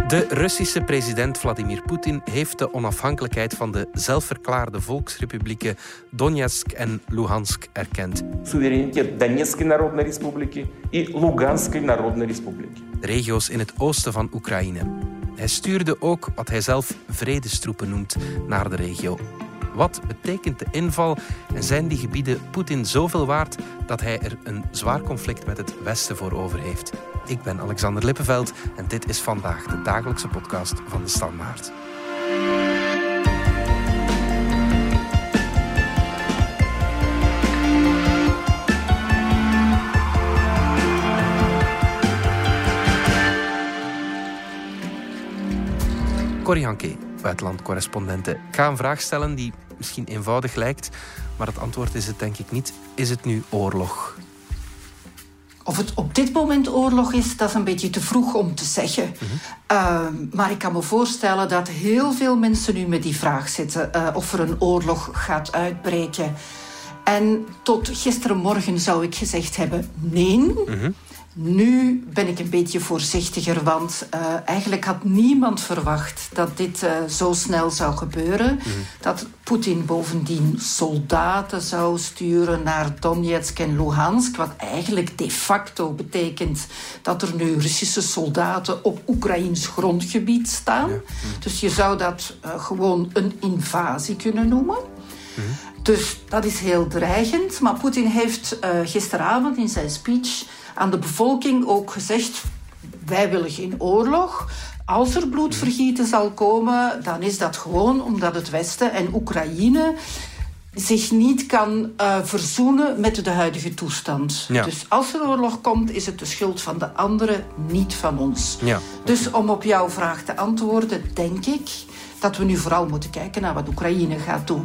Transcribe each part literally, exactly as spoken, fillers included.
De Russische president Vladimir Poetin heeft de onafhankelijkheid van de zelfverklaarde volksrepublieken Donetsk en Luhansk erkend. Soevereiniteit Donetskei Народной Республики en Luganskei Народной Республики. De regio's in het oosten van Oekraïne. Hij stuurde ook wat hij zelf vredestroepen noemt naar de regio. Wat betekent de inval en zijn die gebieden Poetin zoveel waard dat hij er een zwaar conflict met het Westen voor over heeft? Ik ben Alexander Lippenveld en dit is vandaag de dagelijkse podcast van De Standaard. Corrie Hanke, buitenlandcorrespondente. Ik ga een vraag stellen die misschien eenvoudig lijkt, maar het antwoord is het denk ik niet. Is het nu oorlog? Of het op dit moment oorlog is, dat is een beetje te vroeg om te zeggen. Mm-hmm. Uh, maar ik kan me voorstellen dat heel veel mensen nu met die vraag zitten uh, of er een oorlog gaat uitbreken. En tot gisterenmorgen zou ik gezegd hebben nee. Mm-hmm. Nu ben ik een beetje voorzichtiger, want uh, eigenlijk had niemand verwacht dat dit uh, zo snel zou gebeuren. Mm-hmm. Dat Poetin bovendien soldaten zou sturen naar Donetsk en Luhansk, wat eigenlijk de facto betekent dat er nu Russische soldaten op Oekraïns grondgebied staan. Ja. Mm-hmm. Dus je zou dat uh, gewoon een invasie kunnen noemen. Mm-hmm. Dus dat is heel dreigend. Maar Poetin heeft uh, gisteravond in zijn speech aan de bevolking ook gezegd: wij willen geen oorlog. Als er bloedvergieten zal komen, dan is dat gewoon omdat het Westen en Oekraïne zich niet kan uh, verzoenen met de huidige toestand. Ja. Dus als er oorlog komt, is het de schuld van de anderen, niet van ons. Ja. Dus om op jouw vraag te antwoorden, denk ik dat we nu vooral moeten kijken naar wat Oekraïne gaat doen.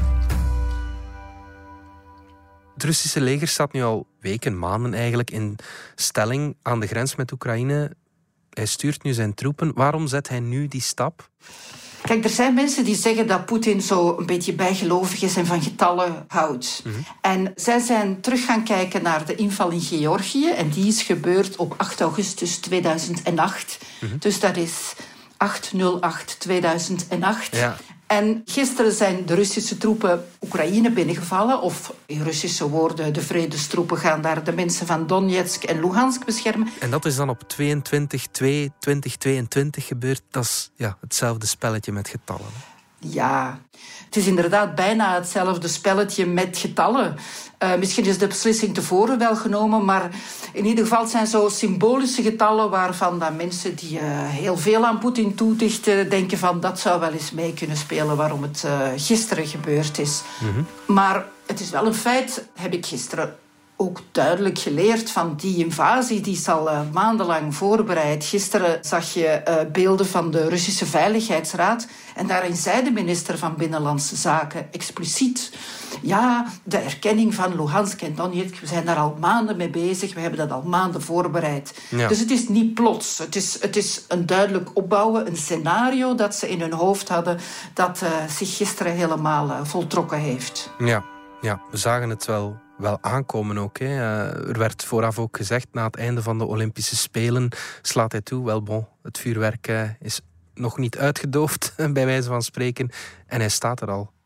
Het Russische leger staat nu al weken, maanden eigenlijk in stelling aan de grens met Oekraïne. Hij stuurt nu zijn troepen. Waarom zet hij nu die stap? Kijk, er zijn mensen die zeggen dat Poetin zo een beetje bijgelovig is en van getallen houdt. Mm-hmm. En zij zijn terug gaan kijken naar de inval in Georgië. En die is gebeurd op acht augustus tweeduizend acht. Mm-hmm. Dus dat is acht nul acht tweeduizend acht. Ja. En gisteren zijn de Russische troepen Oekraïne binnengevallen. Of in Russische woorden, de vredestroepen gaan daar de mensen van Donetsk en Luhansk beschermen. En dat is dan op tweeëntwintig twee twintig tweeëntwintig gebeurd. Dat is ja, hetzelfde spelletje met getallen. Ja, het is inderdaad bijna hetzelfde spelletje met getallen. Uh, misschien is de beslissing tevoren wel genomen, maar in ieder geval zijn zo symbolische getallen waarvan dan mensen die uh, heel veel aan Poetin toedichten denken van dat zou wel eens mee kunnen spelen waarom het uh, gisteren gebeurd is. Mm-hmm. Maar het is wel een feit, heb ik gisteren ook duidelijk geleerd van die invasie. Die is al uh, maandenlang voorbereid. Gisteren zag je uh, beelden van de Russische Veiligheidsraad. En daarin zei de minister van Binnenlandse Zaken expliciet: ja, de erkenning van Luhansk en Donetsk, we zijn daar al maanden mee bezig. We hebben dat al maanden voorbereid. Ja. Dus het is niet plots. Het is, het is een duidelijk opbouwen, een scenario dat ze in hun hoofd hadden, dat uh, zich gisteren helemaal uh, voltrokken heeft. Ja, ja, we zagen het wel. Wel aankomen ook. Hè. Uh, er werd vooraf ook gezegd, na het einde van de Olympische Spelen slaat hij toe. Wel bon, het vuurwerk uh, is nog niet uitgedoofd, bij wijze van spreken. En hij staat er al.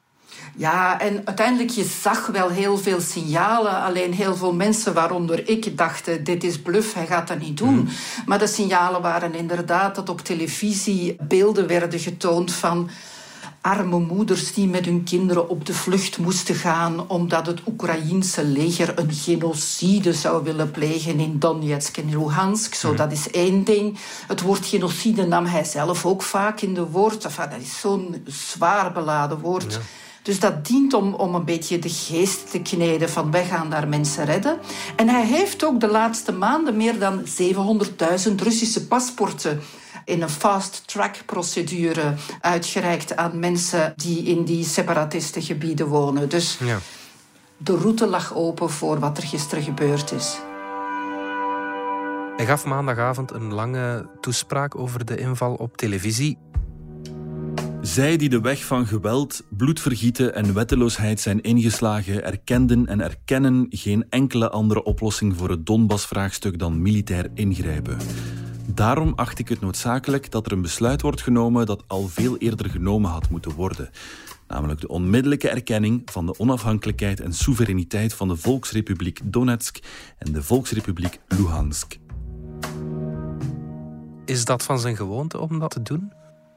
Ja, en uiteindelijk, je zag wel heel veel signalen. Alleen heel veel mensen, waaronder ik, dachten: dit is bluff, hij gaat dat niet doen. Mm. Maar de signalen waren inderdaad dat op televisie beelden werden getoond van arme moeders die met hun kinderen op de vlucht moesten gaan omdat het Oekraïense leger een genocide zou willen plegen in Donetsk en Luhansk. Zo, dat is één ding. Het woord genocide nam hij zelf ook vaak in de woord. Enfin, dat is zo'n zwaar beladen woord. Ja. Dus dat dient om, om een beetje de geest te kneden van wij gaan daar mensen redden. En hij heeft ook de laatste maanden meer dan zevenhonderdduizend Russische paspoorten in een fast-track-procedure uitgereikt aan mensen die in die separatistengebieden wonen. Dus ja, de route lag open voor wat er gisteren gebeurd is. Hij gaf maandagavond een lange toespraak over de inval op televisie. Zij die de weg van geweld, bloedvergieten en wetteloosheid zijn ingeslagen, erkenden en erkennen geen enkele andere oplossing voor het Donbass-vraagstuk dan militair ingrijpen. Daarom acht ik het noodzakelijk dat er een besluit wordt genomen dat al veel eerder genomen had moeten worden. Namelijk de onmiddellijke erkenning van de onafhankelijkheid en soevereiniteit van de Volksrepubliek Donetsk en de Volksrepubliek Luhansk. Is dat van zijn gewoonte om dat te doen?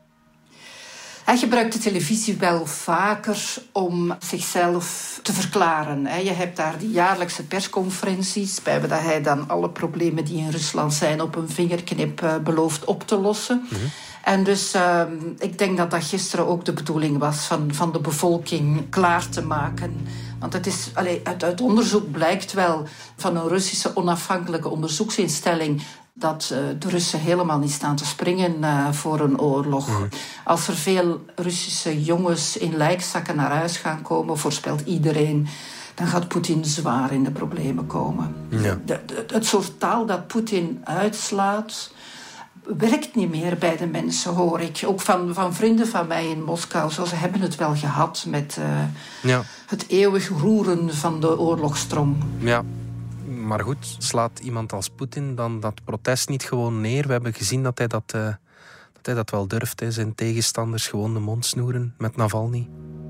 Hij gebruikt de televisie wel vaker om zichzelf te verklaren. Je hebt daar die jaarlijkse persconferenties, bij dat hij dan alle problemen die in Rusland zijn op een vingerknip belooft op te lossen. Mm-hmm. En dus uh, ik denk dat dat gisteren ook de bedoeling was van, van de bevolking klaar te maken. Want het is, allee, uit, uit onderzoek blijkt wel van een Russische onafhankelijke onderzoeksinstelling dat uh, de Russen helemaal niet staan te springen uh, voor een oorlog. Mm. Als er veel Russische jongens in lijkzakken naar huis gaan komen, voorspelt iedereen, dan gaat Poetin zwaar in de problemen komen. Ja. De, de, het soort taal dat Poetin uitslaat werkt niet meer bij de mensen, hoor ik. Ook van, van vrienden van mij in Moskou. Zo, ze hebben het wel gehad met uh, ja. het eeuwig roeren van de oorlogsstroom. Ja. Maar goed, slaat iemand als Poetin dan dat protest niet gewoon neer? We hebben gezien dat hij dat, uh, dat, hij dat wel durft. Hè. Zijn tegenstanders gewoon de mond snoeren met Navalny.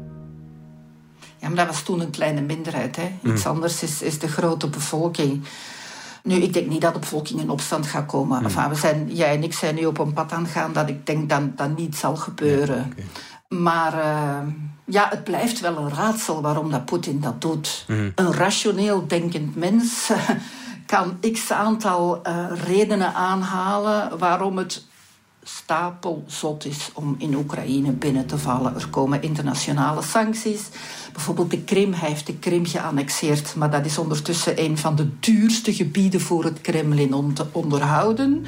Ja, maar dat was toen een kleine minderheid. Hè. Iets mm. anders is, is de grote bevolking. Nu, ik denk niet dat de bevolking in opstand gaat komen. Mm. Enfin, we zijn, jij en ik zijn nu op een pad aan het gaan dat ik denk dat dat niet zal gebeuren. Ja, okay. Maar uh, ja, het blijft wel een raadsel waarom dat Poetin dat doet. Mm. Een rationeel denkend mens uh, kan x aantal uh, redenen aanhalen waarom het stapelzot is om in Oekraïne binnen te vallen. Er komen internationale sancties. Bijvoorbeeld de Krim. Hij heeft de Krim geannexeerd, maar dat is ondertussen een van de duurste gebieden voor het Kremlin om te onderhouden. Mm.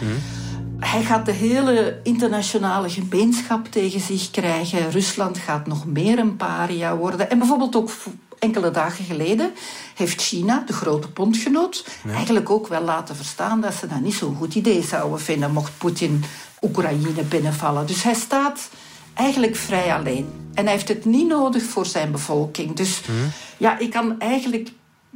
Hij gaat de hele internationale gemeenschap tegen zich krijgen. Rusland gaat nog meer een paria worden. En bijvoorbeeld ook enkele dagen geleden heeft China, de grote bondgenoot, ja. eigenlijk ook wel laten verstaan dat ze dat niet zo'n goed idee zouden vinden mocht Poetin Oekraïne binnenvallen. Dus hij staat eigenlijk vrij alleen. En hij heeft het niet nodig voor zijn bevolking. Dus mm. ja, ik kan eigenlijk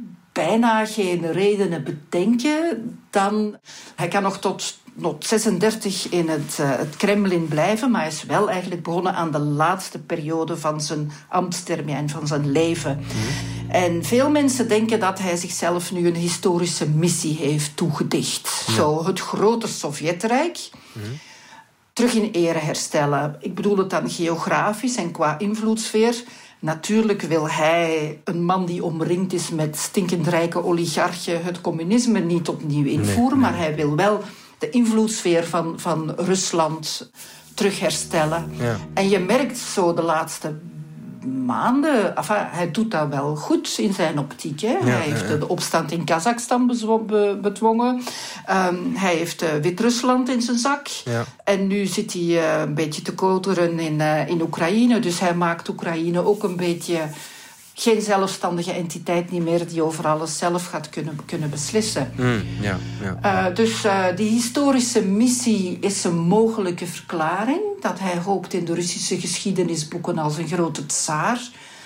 bijna geen redenen bedenken dan... Hij kan nog tot, tot zesendertig in het, uh, het Kremlin blijven, maar hij is wel eigenlijk begonnen aan de laatste periode van zijn ambtstermijn, van zijn leven. Mm. En veel mensen denken dat hij zichzelf nu een historische missie heeft toegedicht. Ja. Zo het grote Sovjetrijk mm. terug in ere herstellen. Ik bedoel het dan geografisch en qua invloedssfeer. Natuurlijk wil hij, een man die omringd is met stinkend rijke oligarchen, het communisme niet opnieuw invoeren, nee, nee. maar hij wil wel de invloedssfeer van, van Rusland terug herstellen. Ja. En je merkt zo de laatste maanden, enfin, hij doet dat wel goed in zijn optiek. Hè. Ja, hij heeft ja, ja. de opstand in Kazachstan bezwo- be- bedwongen. Um, hij heeft uh, Wit-Rusland in zijn zak. Ja. En nu zit hij uh, een beetje te koteren in, uh, in Oekraïne. Dus hij maakt Oekraïne ook een beetje geen zelfstandige entiteit niet meer die over alles zelf gaat kunnen, kunnen beslissen. Mm, ja, ja. Uh, dus uh, die historische missie is een mogelijke verklaring dat hij hoopt in de Russische geschiedenisboeken als een grote tsaar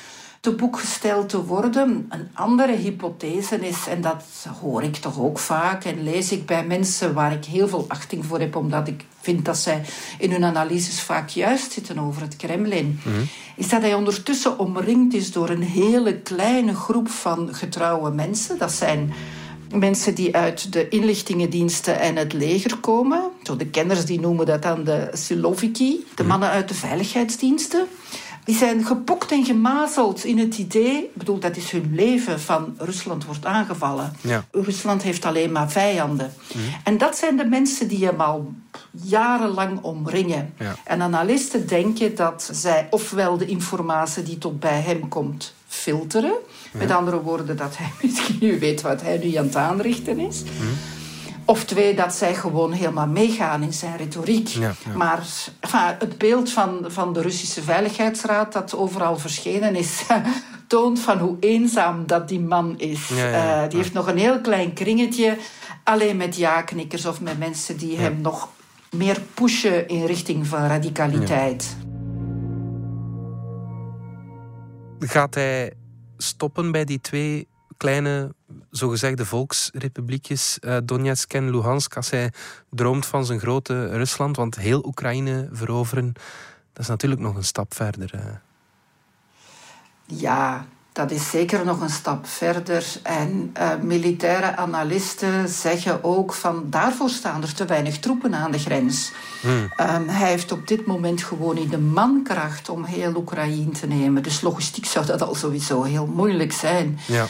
te boek gesteld te worden. Een andere hypothese is, en dat hoor ik toch ook vaak en lees ik bij mensen waar ik heel veel achting voor heb, omdat ik vind dat zij in hun analyses vaak juist zitten over het Kremlin, mm-hmm. is dat hij ondertussen omringd is door een hele kleine groep van getrouwe mensen. Dat zijn mensen die uit de inlichtingendiensten en het leger komen. Zo de kenners die noemen dat dan de Siloviki, de mannen uit de veiligheidsdiensten. Die zijn gepokt en gemazeld in het idee, ik bedoel, dat is hun leven, van Rusland wordt aangevallen. Ja. Rusland heeft alleen maar vijanden. Mm. En dat zijn de mensen die hem al jarenlang omringen. Ja. En analisten denken dat zij ofwel de informatie die tot bij hem komt filteren. Ja. Met andere woorden, dat hij misschien nu weet wat hij nu aan het aanrichten is. Mm. Of twee, dat zij gewoon helemaal meegaan in zijn retoriek. Ja, ja. Maar enfin, het beeld van, van de Russische Veiligheidsraad dat overal verschenen is, toont van hoe eenzaam dat die man is. Ja, ja, ja. Uh, die heeft nog een heel klein kringetje, alleen met ja-knikkers of met mensen die ja. hem nog meer pushen in richting van radicaliteit. Ja. Gaat hij stoppen bij die twee kleine zogezegde volksrepubliekjes, uh, Donetsk en Luhansk, als hij droomt van zijn grote Rusland, want heel Oekraïne veroveren, dat is natuurlijk nog een stap verder. Uh. Ja, dat is zeker nog een stap verder. En uh, militaire analisten zeggen ook van daarvoor staan er te weinig troepen aan de grens. Hmm. Um, hij heeft op dit moment gewoon niet de mankracht om heel Oekraïne te nemen. Dus logistiek zou dat al sowieso heel moeilijk zijn. Ja,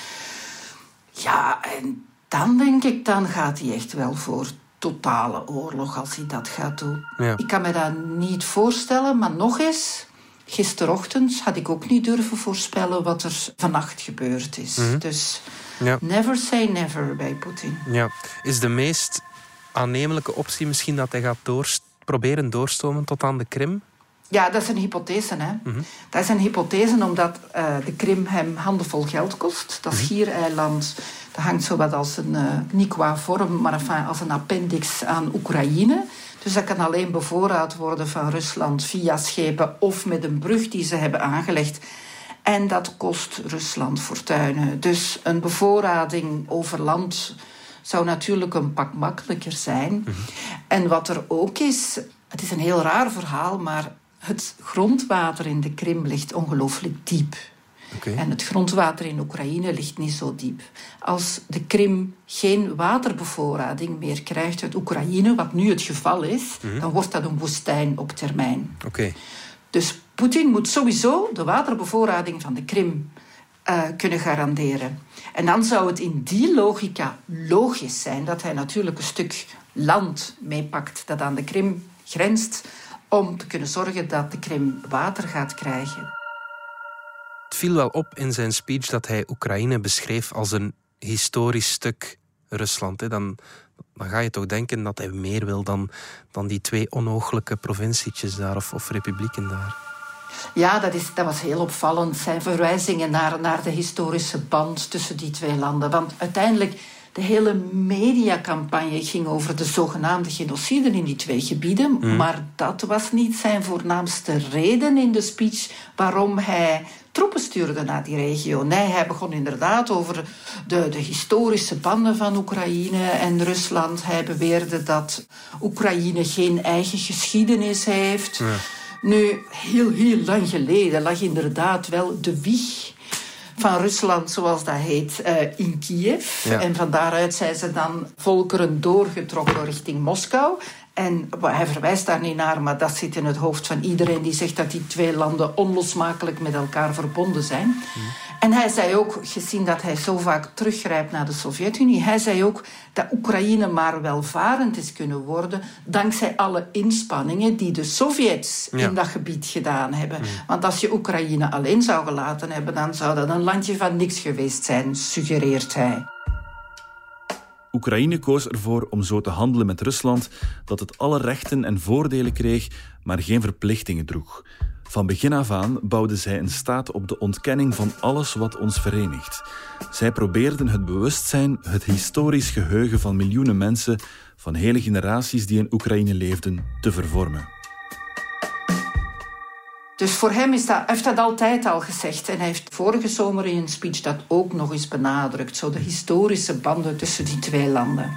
ja en dan denk ik, dan gaat hij echt wel voor totale oorlog als hij dat gaat doen. Ja. Ik kan me dat niet voorstellen, maar nog eens... Gisterochtend had ik ook niet durven voorspellen wat er vannacht gebeurd is. Mm-hmm. Dus ja. Never say never bij Poetin. Ja. Is de meest aannemelijke optie misschien dat hij gaat doorst- proberen doorstomen tot aan de Krim? Ja, dat is een hypothese. Hè? Mm-hmm. Dat is een hypothese omdat uh, de Krim hem handenvol geld kost. Dat schiereiland, dat hangt zo wat als een, uh, niet qua vorm, maar enfin, als een appendix aan Oekraïne. Dus dat kan alleen bevoorraad worden van Rusland via schepen of met een brug die ze hebben aangelegd. En dat kost Rusland fortuinen. Dus een bevoorrading over land zou natuurlijk een pak makkelijker zijn. Mm-hmm. En wat er ook is, het is een heel raar verhaal, maar het grondwater in de Krim ligt ongelooflijk diep. Okay. En het grondwater in Oekraïne ligt niet zo diep. Als de Krim geen waterbevoorrading meer krijgt uit Oekraïne, wat nu het geval is, mm-hmm. dan wordt dat een woestijn op termijn. Okay. Dus Poetin moet sowieso de waterbevoorrading van de Krim uh, kunnen garanderen. En dan zou het in die logica logisch zijn dat hij natuurlijk een stuk land meepakt dat aan de Krim grenst, om te kunnen zorgen dat de Krim water gaat krijgen. Het viel wel op in zijn speech dat hij Oekraïne beschreef als een historisch stuk Rusland. Hè. Dan, dan ga je toch denken dat hij meer wil dan, dan die twee onooglijke provincietjes daar of, of republieken daar. Ja, dat, is, dat was heel opvallend. Zijn verwijzingen naar, naar de historische band tussen die twee landen. Want uiteindelijk, de hele mediacampagne ging over de zogenaamde genocide in die twee gebieden. Mm. Maar dat was niet zijn voornaamste reden in de speech waarom hij troepen stuurde naar die regio. Nee, hij begon inderdaad over de, de historische banden van Oekraïne en Rusland. Hij beweerde dat Oekraïne geen eigen geschiedenis heeft. Ja. Nu, heel, heel lang geleden lag inderdaad wel de wieg van Rusland, zoals dat heet, uh, in Kiev. Ja. En van daaruit zijn ze dan volkeren doorgetrokken richting Moskou. En hij verwijst daar niet naar, maar dat zit in het hoofd van iedereen die zegt dat die twee landen onlosmakelijk met elkaar verbonden zijn. Mm. En hij zei ook, gezien dat hij zo vaak teruggrijpt naar de Sovjet-Unie, hij zei ook dat Oekraïne maar welvarend is kunnen worden dankzij alle inspanningen die de Sovjets ja. in dat gebied gedaan hebben. Mm. Want als je Oekraïne alleen zou gelaten hebben, dan zou dat een landje van niks geweest zijn, suggereert hij. Oekraïne koos ervoor om zo te handelen met Rusland dat het alle rechten en voordelen kreeg, maar geen verplichtingen droeg. Van begin af aan bouwden zij een staat op de ontkenning van alles wat ons verenigt. Zij probeerden het bewustzijn, het historisch geheugen van miljoenen mensen, van hele generaties die in Oekraïne leefden, te vervormen. Dus voor hem is dat, hij heeft dat altijd al gezegd. En hij heeft vorige zomer in een speech dat ook nog eens benadrukt. Zo de historische banden tussen die twee landen.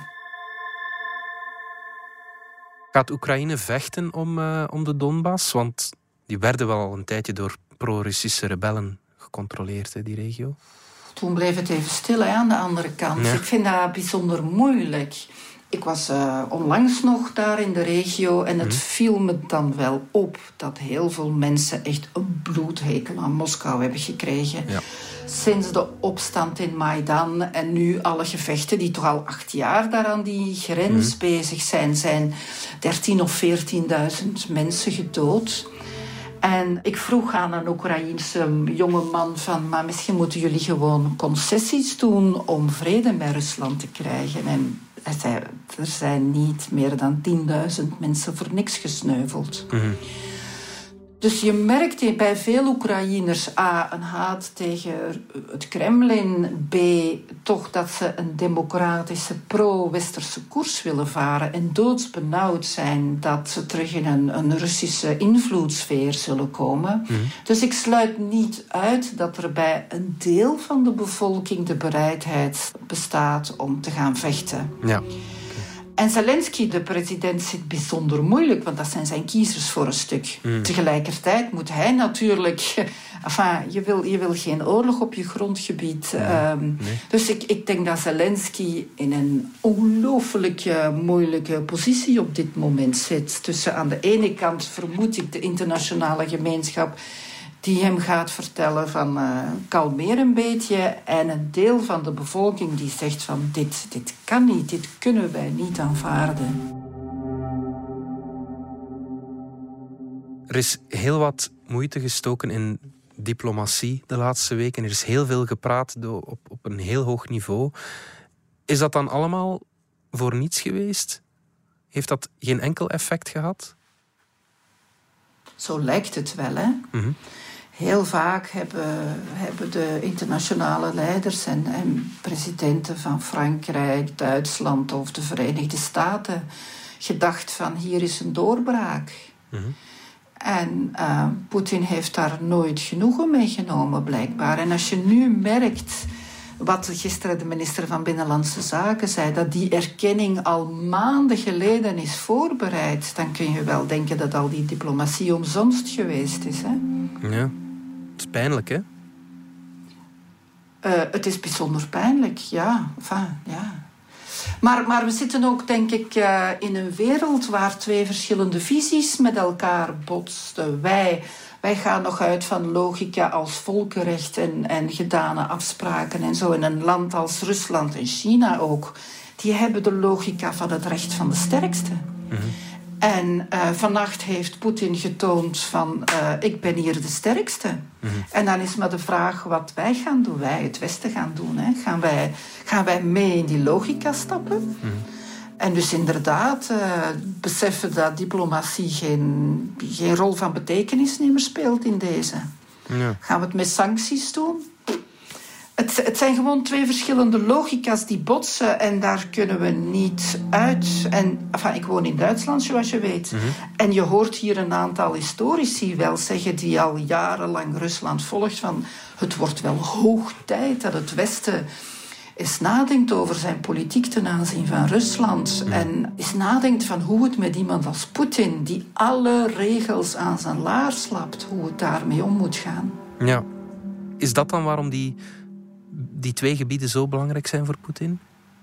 Gaat Oekraïne vechten om, uh, om de Donbass? Want die werden wel al een tijdje door pro-Russische rebellen gecontroleerd, hè, die regio. Toen bleef het even stil hè, aan de andere kant. Ja. Ik vind dat bijzonder moeilijk. Ik was uh, onlangs nog daar in de regio en het mm. viel me dan wel op dat heel veel mensen echt een bloedhekel aan Moskou hebben gekregen. Ja. Sinds de opstand in Maidan en nu alle gevechten die toch al acht jaar daar aan die grens mm. bezig zijn, zijn dertien of veertienduizend mensen gedood. En ik vroeg aan een Oekraïense jonge man van, maar misschien moeten jullie gewoon concessies doen om vrede met Rusland te krijgen. En hij zei, er zijn niet meer dan tienduizend mensen voor niks gesneuveld. Mm-hmm. Dus je merkt bij veel Oekraïners A, een haat tegen het Kremlin, B, toch dat ze een democratische pro-westerse koers willen varen en doodsbenauwd zijn dat ze terug in een, een Russische invloedssfeer zullen komen. Mm-hmm. Dus ik sluit niet uit dat er bij een deel van de bevolking de bereidheid bestaat om te gaan vechten. Ja. En Zelensky, de president, zit bijzonder moeilijk, want dat zijn zijn kiezers voor een stuk. Mm. Tegelijkertijd moet hij natuurlijk... Enfin, je wil, je wil geen oorlog op je grondgebied. Nee, um, nee. Dus ik, ik denk dat Zelensky in een ongelooflijk moeilijke positie op dit moment zit. Tussen aan de ene kant vermoed ik de internationale gemeenschap die hem gaat vertellen van uh, kalmeer een beetje. En een deel van de bevolking die zegt van dit, dit kan niet, dit kunnen wij niet aanvaarden. Er is heel wat moeite gestoken in diplomatie de laatste weken. Er is heel veel gepraat op, op een heel hoog niveau. Is dat dan allemaal voor niets geweest? Heeft dat geen enkel effect gehad? Zo lijkt het wel, hè? Mm-hmm. Heel vaak hebben, hebben de internationale leiders en, en presidenten van Frankrijk, Duitsland of de Verenigde Staten gedacht van hier is een doorbraak. Mm-hmm. En uh, Poetin heeft daar nooit genoegen mee genomen, blijkbaar. En als je nu merkt wat gisteren de minister van Binnenlandse Zaken zei, dat die erkenning al maanden geleden is voorbereid, dan kun je wel denken dat al die diplomatie omsonst geweest is. Hè? Ja, het is pijnlijk, hè? Uh, het is bijzonder pijnlijk, ja. Enfin, ja. Maar, maar we zitten ook, denk ik, uh, in een wereld waar twee verschillende visies met elkaar botsten. Wij, wij gaan nog uit van logica als volkenrecht en, en gedane afspraken en zo. In een land als Rusland en China ook, die hebben de logica van het recht van de sterkste. Mm-hmm. En uh, vannacht heeft Poetin getoond van uh, ik ben hier de sterkste. Mm-hmm. En dan is maar de vraag wat wij gaan doen, wij het Westen gaan doen. Hè. Gaan, wij, gaan wij mee in die logica stappen? Mm-hmm. En dus inderdaad uh, beseffen dat diplomatie geen, geen rol van betekenis meer speelt in deze. Ja. Gaan we het met sancties doen? Het, het zijn gewoon twee verschillende logica's die botsen en daar kunnen we niet uit. En, enfin, ik woon in Duitsland, zoals je weet. Mm-hmm. En je hoort hier een aantal historici wel zeggen die al jarenlang Rusland volgt van het wordt wel hoog tijd dat het Westen eens nadenkt over zijn politiek ten aanzien van Rusland. Mm. En eens nadenkt van hoe het met iemand als Poetin, die alle regels aan zijn laars lapt, hoe het daarmee om moet gaan. Ja. Is dat dan waarom die, die twee gebieden zo belangrijk zijn voor Poetin?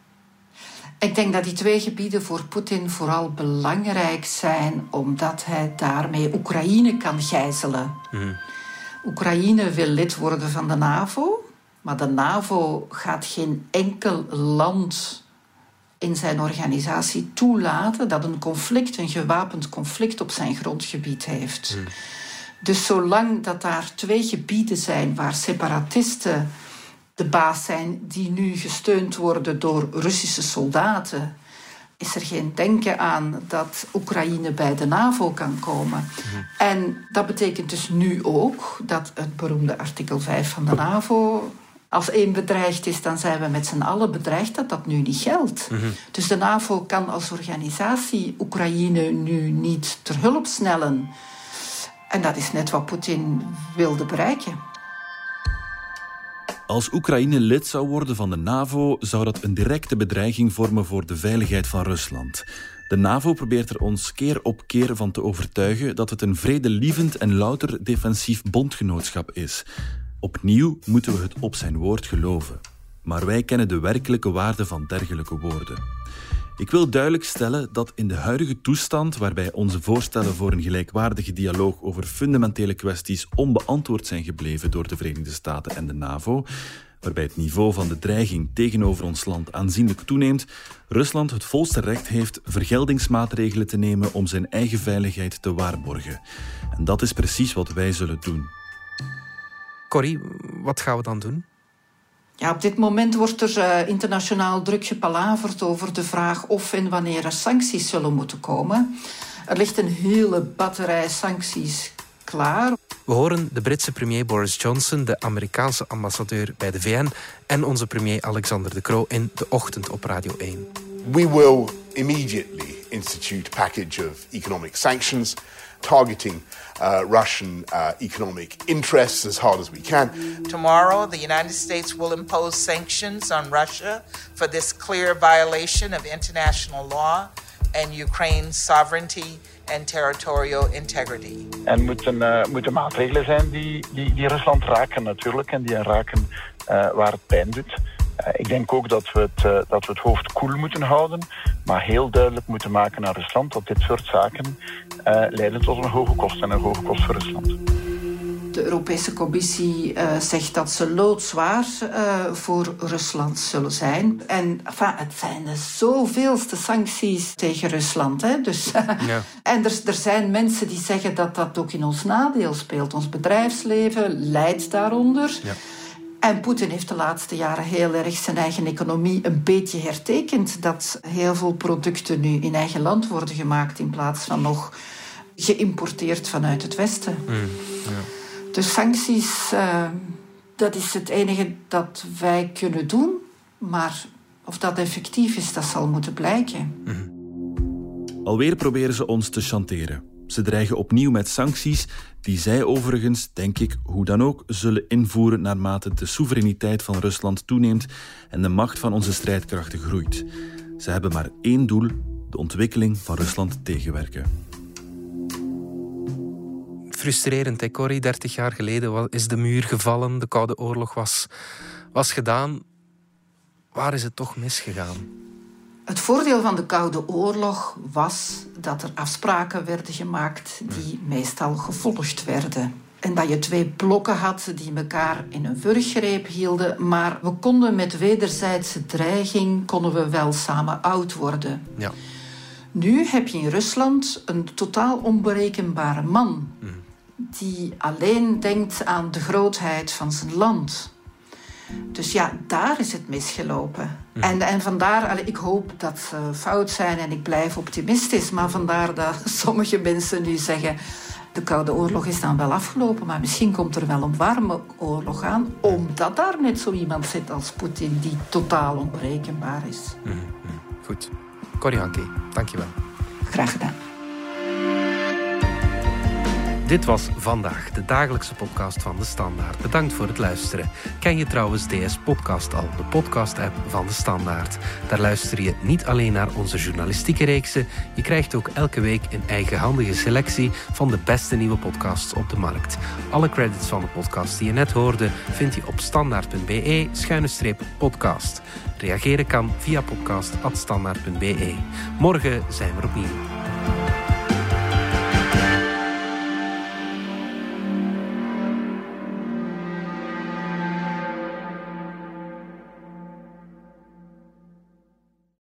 Ik denk dat die twee gebieden voor Poetin vooral belangrijk zijn omdat hij daarmee Oekraïne kan gijzelen. Mm. Oekraïne wil lid worden van de NAVO. Maar de NAVO gaat geen enkel land in zijn organisatie toelaten dat een conflict, een gewapend conflict op zijn grondgebied heeft. Mm. Dus zolang dat daar twee gebieden zijn waar separatisten de baas zijn, die nu gesteund worden door Russische soldaten, is er geen denken aan dat Oekraïne bij de NAVO kan komen. Mm. En dat betekent dus nu ook dat het beroemde artikel vijf van de NAVO, als één bedreigd is, dan zijn we met z'n allen bedreigd dat dat nu niet geldt. Mm-hmm. Dus de NAVO kan als organisatie Oekraïne nu niet ter hulp snellen. En dat is net wat Poetin wilde bereiken. Als Oekraïne lid zou worden van de NAVO, zou dat een directe bedreiging vormen voor de veiligheid van Rusland. De NAVO probeert er ons keer op keer van te overtuigen dat het een vredelievend en louter defensief bondgenootschap is. Opnieuw moeten we het op zijn woord geloven. Maar wij kennen de werkelijke waarde van dergelijke woorden. Ik wil duidelijk stellen dat in de huidige toestand, waarbij onze voorstellen voor een gelijkwaardige dialoog over fundamentele kwesties onbeantwoord zijn gebleven door de Verenigde Staten en de NAVO, waarbij het niveau van de dreiging tegenover ons land aanzienlijk toeneemt, Rusland het volste recht heeft vergeldingsmaatregelen te nemen om zijn eigen veiligheid te waarborgen. En dat is precies wat wij zullen doen. Corrie, wat gaan we dan doen? Ja, op dit moment wordt er uh, internationaal druk gepalaverd over de vraag of en wanneer er sancties zullen moeten komen. Er ligt een hele batterij sancties klaar. We horen de Britse premier Boris Johnson, de Amerikaanse ambassadeur bij de V N en onze premier Alexander De Croo in De Ochtend op Radio één. We will immediately institute a package of economic sanctions targeting uh, Russian uh, economic interests as hard as we can. Tomorrow, the United States will impose sanctions on Russia for this clear violation of international law and Ukraine's sovereignty and territorial integrity. En moeten, uh, moeten maatregelen zijn die, die, die Rusland raken natuurlijk en die raken uh, waar het pijn doet. Uh, ik denk ook dat we, het, uh, dat we het hoofd koel moeten houden, maar heel duidelijk moeten maken aan Rusland dat dit soort zaken uh, leiden tot een hoge kost en een hoge kost voor Rusland. De Europese Commissie uh, zegt dat ze loodzwaar uh, voor Rusland zullen zijn. En enfin, het zijn de zoveelste sancties tegen Rusland. Hè? Dus, ja. En er, er zijn mensen die zeggen dat dat ook in ons nadeel speelt. Ons bedrijfsleven lijdt daaronder. Ja. En Poetin heeft de laatste jaren heel erg zijn eigen economie een beetje hertekend. Dat heel veel producten nu in eigen land worden gemaakt in plaats van nog geïmporteerd vanuit het Westen. Mm, ja. Dus sancties, uh, dat is het enige dat wij kunnen doen. Maar of dat effectief is, dat zal moeten blijken. Mm. Alweer proberen ze ons te chanteren. Ze dreigen opnieuw met sancties die zij overigens, denk ik, hoe dan ook, zullen invoeren naarmate de soevereiniteit van Rusland toeneemt en de macht van onze strijdkrachten groeit. Ze hebben maar één doel, de ontwikkeling van Rusland tegenwerken. Frustrerend, hè, Corrie? dertig jaar geleden is de muur gevallen, de Koude Oorlog was, was gedaan. Waar is het toch misgegaan? Het voordeel van de Koude Oorlog was dat er afspraken werden gemaakt die meestal gevolgd werden. En dat je twee blokken had die elkaar in een wurggreep hielden. Maar we konden met wederzijdse dreiging konden we wel samen oud worden. Ja. Nu heb je in Rusland een totaal onberekenbare man. Mm. Die alleen denkt aan de grootheid van zijn land. Dus ja, daar is het misgelopen. Mm. En, en vandaar, allee, ik hoop dat ze fout zijn en ik blijf optimistisch. Maar vandaar dat sommige mensen nu zeggen, de Koude Oorlog is dan wel afgelopen, maar misschien komt er wel een warme oorlog aan, omdat daar net zo iemand zit als Poetin die totaal onberekenbaar is. Mm. Goed. Corrie Hanke, dankjewel. Graag gedaan. Dit was Vandaag, de dagelijkse podcast van De Standaard. Bedankt voor het luisteren. Ken je trouwens D S Podcast al, de podcast-app van De Standaard? Daar luister je niet alleen naar onze journalistieke reeksen, je krijgt ook elke week een eigenhandige selectie van de beste nieuwe podcasts op de markt. Alle credits van de podcast die je net hoorde vind je op standaard.be schuine streep podcast. Reageren kan via podcast apenstaartje standaard punt be. Morgen zijn we opnieuw.